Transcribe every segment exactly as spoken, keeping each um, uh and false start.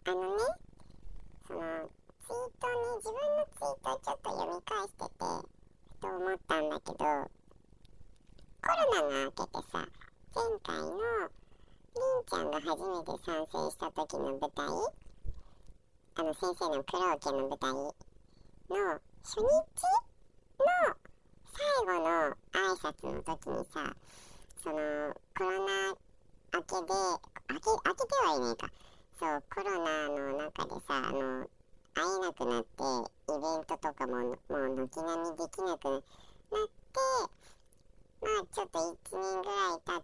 あのね、そのツイートに自分のツイートをちょっと読み返しててと思ったんだけど、コロナが明けてさ、前回のりんちゃんが初めて参戦した時の舞台、あの先生のクローケの舞台の初日の最後の挨拶の時にさ、そのコロナ明けで、明け、明けてはいねえか。そう、コロナの中でさ、あの、会えなくなって、イベントとかも、もう軒並みできなくなって、まあちょっといちねんぐらい経って、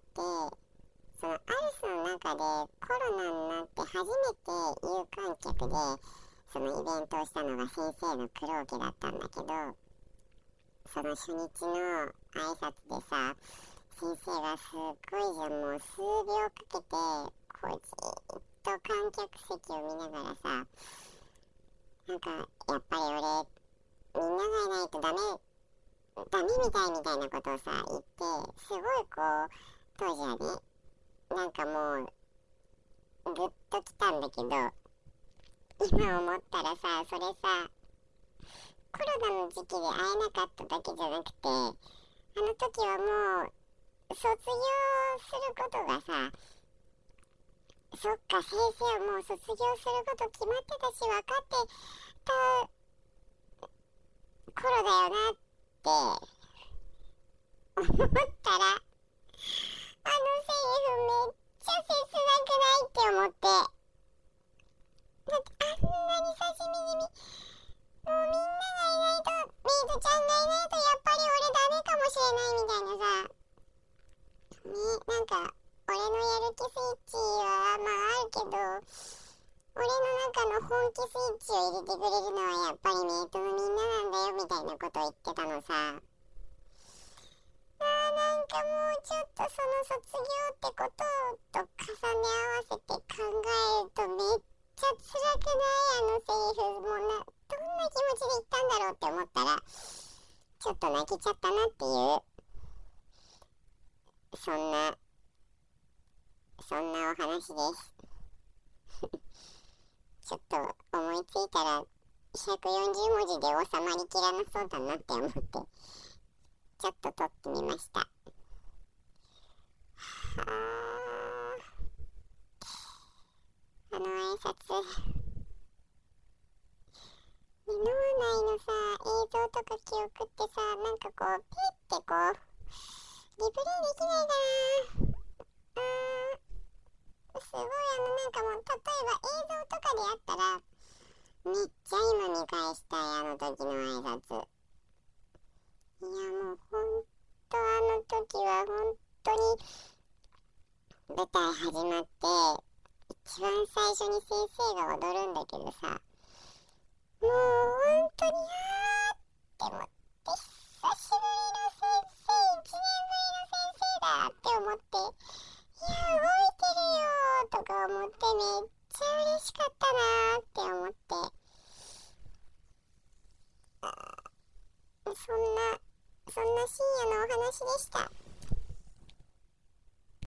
そのアリスの中でコロナになって初めて有観客で、そのイベントをしたのが先生のクローケだったんだけど、その初日の挨拶でさ、先生がすっごいじゃん、もう数秒かけてこうじーっと観客席を見ながらさ、なんかやっぱり俺みんながいないとダメダメみたいみたいなことをさ言って、すごいこう当時はね、なんかもうグッときたんだけど、今思ったらさ、それさコロナの時期で会えなかっただけじゃなくて、あの時はもう卒業することがさ、そっか、先生はもう卒業すること決まってたし、分かってた頃だよなって思ったら、あのセリフめっちゃ切なくないって思って。だってあんなに差しみじみ、もうみんながいないと、メイドちゃんがいないとやっぱり俺ダメかもしれないみたいなさ、ね、なんか、俺のやる気スイッチはまああるけど、俺の中の本気スイッチを入れてくれるのはやっぱりメイトのみんななんだよみたいなことを言ってたのさ。あーなんかもうちょっとその卒業ってことと重ね合わせて考えるとめっちゃ辛くない？あのセリフ。もうな、どんな気持ちで言ったんだろうって思ったら、ちょっと泣けちゃったなっていう、そんな、そんなお話です。ちょっと思いついたらひゃくよんじゅうもじで収まりきらなそうだなって思って、ちょっと撮ってみました。はあ、あの挨拶、箕輪内のさ、映像とか記憶ってさ、なんかこう、ピッてこう、リプレイできないかな。あー、すごいあの、なんかもう、例えば映像とかであったら、めっちゃ今見返したい、あの時の挨拶。いやもうほんとあの時は本当に舞台始まって一番最初に先生が踊るんだけどさ、もう本当にあーって思って、久しぶりの先生、一年ぶりの先生だって思って、いや動いてるよーとか思ってめっちゃ嬉しかったなーって思って、そんなそんな深夜のお話でした。